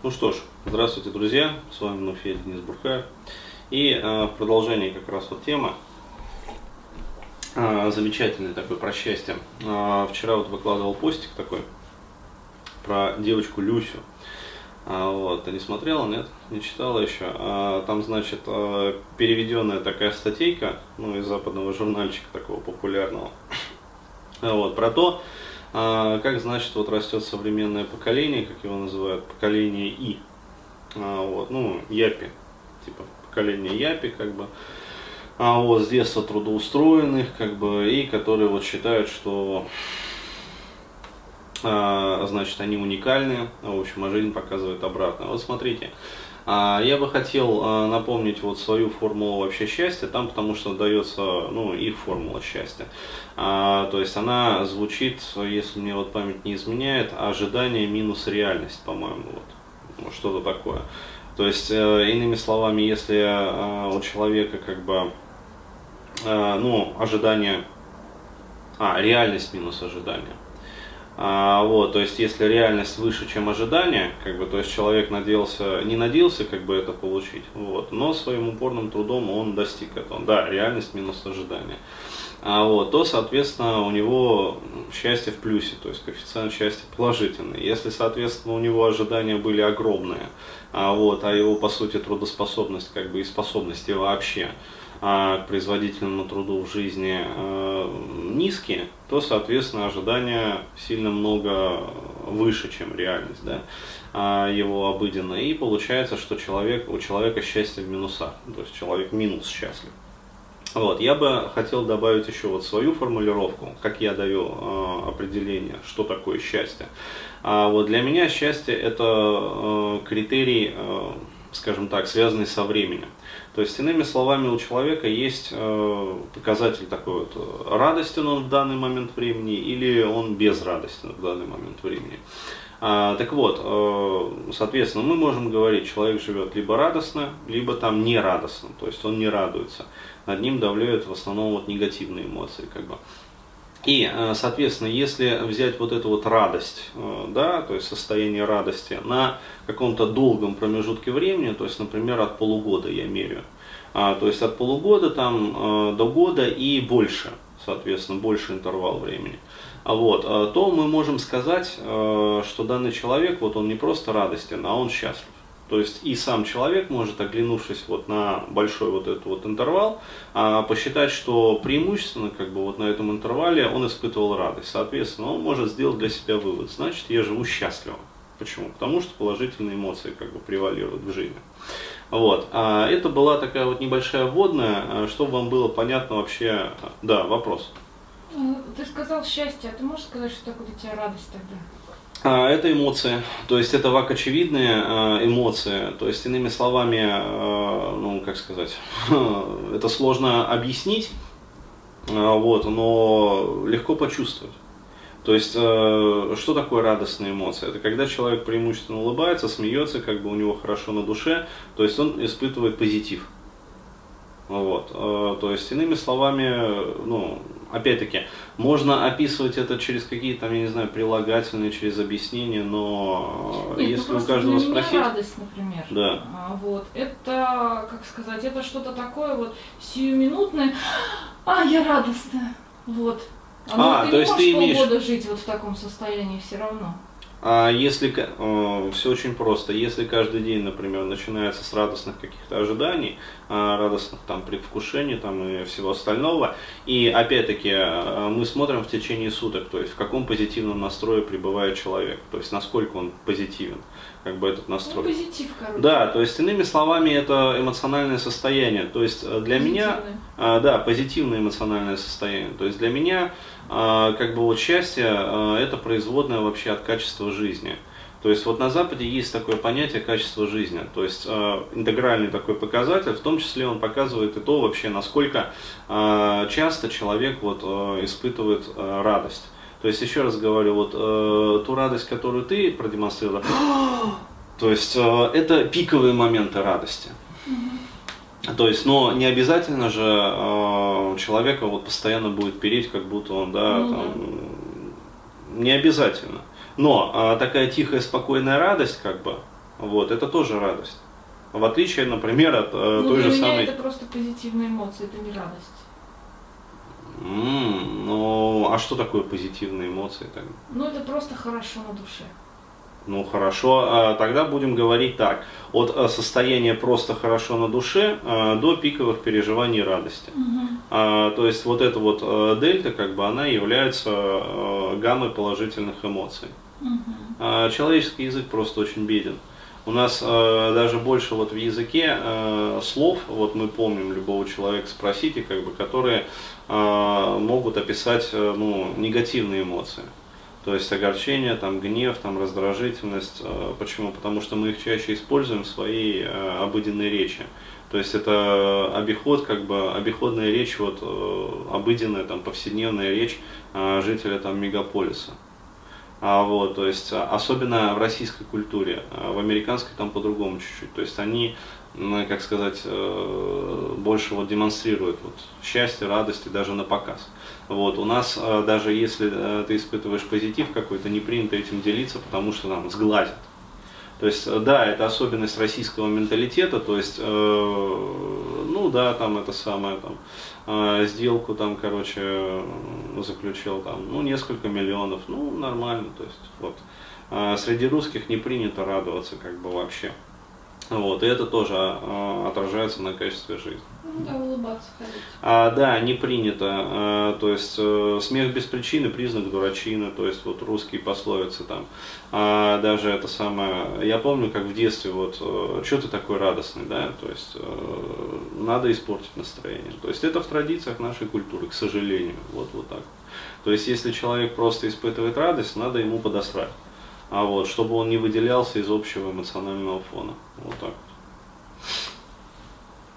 Ну что ж, здравствуйте, друзья, с вами вновь я, Денис Бурхаев. И в продолжении как раз вот темы, замечательный такой про счастье. Вчера вот выкладывал постик такой про девочку Люсю. Вот, ты не смотрела, нет? Не читала еще. Там, значит, переведенная такая статейка, ну, из западного журнальчика такого популярного, вот, про то, как, значит, вот растет современное поколение, как его называют, поколение И. Вот, ну, Япи, типа поколение Япи, как бы. Вот, с детства трудоустроенных, как бы, и которые вот считают, что, значит, они уникальны, в общем, а жизнь показывает обратно. Вот смотрите, я бы хотел напомнить вот свою формулу вообще счастья, там, потому что дается, ну, их формула счастья. То есть она звучит, если мне вот память не изменяет, ожидание минус реальность, по-моему, вот что-то такое. То есть, иными словами, если у человека как бы, ну, ожидание, реальность минус ожидание. Вот, то есть, если реальность выше, чем ожидание, как бы, то есть человек не надеялся как бы это получить, вот, но своим упорным трудом он достиг этого. Да, реальность минус ожидание. Вот, то, соответственно, у него счастье в плюсе, то есть коэффициент счастья положительный. Если, соответственно, у него ожидания были огромные, вот, а его, по сути, трудоспособность, как бы, и способности вообще к производительному труду в жизни низкие, то, соответственно, ожидания сильно много выше, чем реальность, да, его обыденная. И получается, что у человека счастье в минусах, то есть человек минус счастлив. Вот, я бы хотел добавить еще вот свою формулировку, как я даю определение, что такое счастье. Вот для меня счастье это критерий, скажем так, связанный со временем. То есть, иными словами, у человека есть показатель такой вот, радостен он в данный момент времени или он безрадостен в данный момент времени. Так вот, соответственно, мы можем говорить, человек живет либо радостно, либо там нерадостно, то есть он не радуется. Над ним давляют в основном вот негативные эмоции, как бы. И, соответственно, если взять вот эту вот радость, да, то есть состояние радости на каком-то долгом промежутке времени, то есть, например, от полугода я меряю, то есть от полугода там до года и больше, соответственно, больше интервал времени, вот, то мы можем сказать, что данный человек, вот он не просто радостен, а он счастлив. То есть и сам человек может, оглянувшись вот на большой вот этот вот интервал, посчитать, что преимущественно как бы вот на этом интервале он испытывал радость. Соответственно, он может сделать для себя вывод, значит, я живу счастливо. Почему? Потому что положительные эмоции как бы превалируют в жизни. Вот. Это была такая вот небольшая вводная, чтобы вам было понятно вообще. Да, вопрос. Ты сказал счастье, а ты можешь сказать, что такое для тебя радость тогда? Это эмоции, то есть это очевидные эмоции, то есть иными словами, ну как сказать, это сложно объяснить, вот, но легко почувствовать. То есть, что такое радостные эмоции? Это когда человек преимущественно улыбается, смеется, как бы у него хорошо на душе, то есть он испытывает позитив. Вот, то есть, иными словами, ну, опять-таки, можно описывать это через какие-то, там, я не знаю, прилагательные, через объяснения, но нет, если ну, у каждого для меня спросить... радость, например, да. Вот, это, как сказать, это что-то такое вот сиюминутное, я радостная, вот. Ты то не есть можешь ты имеешь... полгода жить вот в таком состоянии все равно. Если все очень просто, если каждый день, например, начинается с радостных каких-то ожиданий, радостных там предвкушений там и всего остального, и опять-таки мы смотрим в течение суток, то есть в каком позитивном настрое пребывает человек, то есть насколько он позитивен, как бы этот настрой. Ну, позитив, короче. Да, то есть иными словами это эмоциональное состояние, то есть для меня, да, позитивное эмоциональное состояние, то есть для меня как бы вот счастье это производное вообще от качества жизни. То есть вот на Западе есть такое понятие качества жизни, то есть интегральный такой показатель, в том числе он показывает и то вообще, насколько часто человек вот испытывает радость. То есть еще раз говорю, вот ту радость, которую ты продемонстрировал, то есть это пиковые моменты радости. То есть, но не обязательно же человека вот постоянно будет переть, как будто он, да, там, не обязательно. Но такая тихая, спокойная радость, как бы, Вот, это тоже радость. В отличие, например, от Ну, той для же меня самой... это просто позитивные эмоции, это не радость. Ну, а что такое позитивные эмоции тогда? Ну, это просто хорошо на душе. Ну хорошо, тогда будем говорить так. От состояния просто хорошо на душе до пиковых переживаний радости. То есть вот эта вот дельта, как бы она является гаммой положительных эмоций. Человеческий язык просто очень беден. У нас даже больше вот в языке слов, вот мы помним любого человека, спросите, как бы, которые могут описать ну, негативные эмоции. То есть огорчение, там, гнев, там, раздражительность. Почему? Потому что мы их чаще используем в своей обыденной речи. То есть это обиход, как бы, обиходная речь, вот, обыденная, там, повседневная речь жителя там, мегаполиса. Вот, то есть, особенно в российской культуре, в американской там по-другому чуть-чуть. То есть они, как сказать, больше вот демонстрируют вот счастье, радость и даже на показ. Вот, у нас даже если ты испытываешь позитив какой-то, не принято этим делиться, потому что там сглазят. То есть, да, это особенность российского менталитета, то есть, ну да, там это самое, там, сделку там, короче, заключил там, ну, несколько миллионов, ну, нормально, то есть, вот. Среди русских не принято радоваться, как бы, вообще. Вот, и это тоже отражается на качестве жизни. Ну да, улыбаться ходить. Да, не принято. То есть смех без причины признак дурачины, то есть вот русские пословицы там. Даже это самое. Я помню, как в детстве, вот, что ты такой радостный, да, то есть надо испортить настроение. То есть это в традициях нашей культуры, к сожалению. Вот так. То есть если человек просто испытывает радость, надо ему подосрать. Вот, чтобы он не выделялся из общего эмоционального фона. Вот так.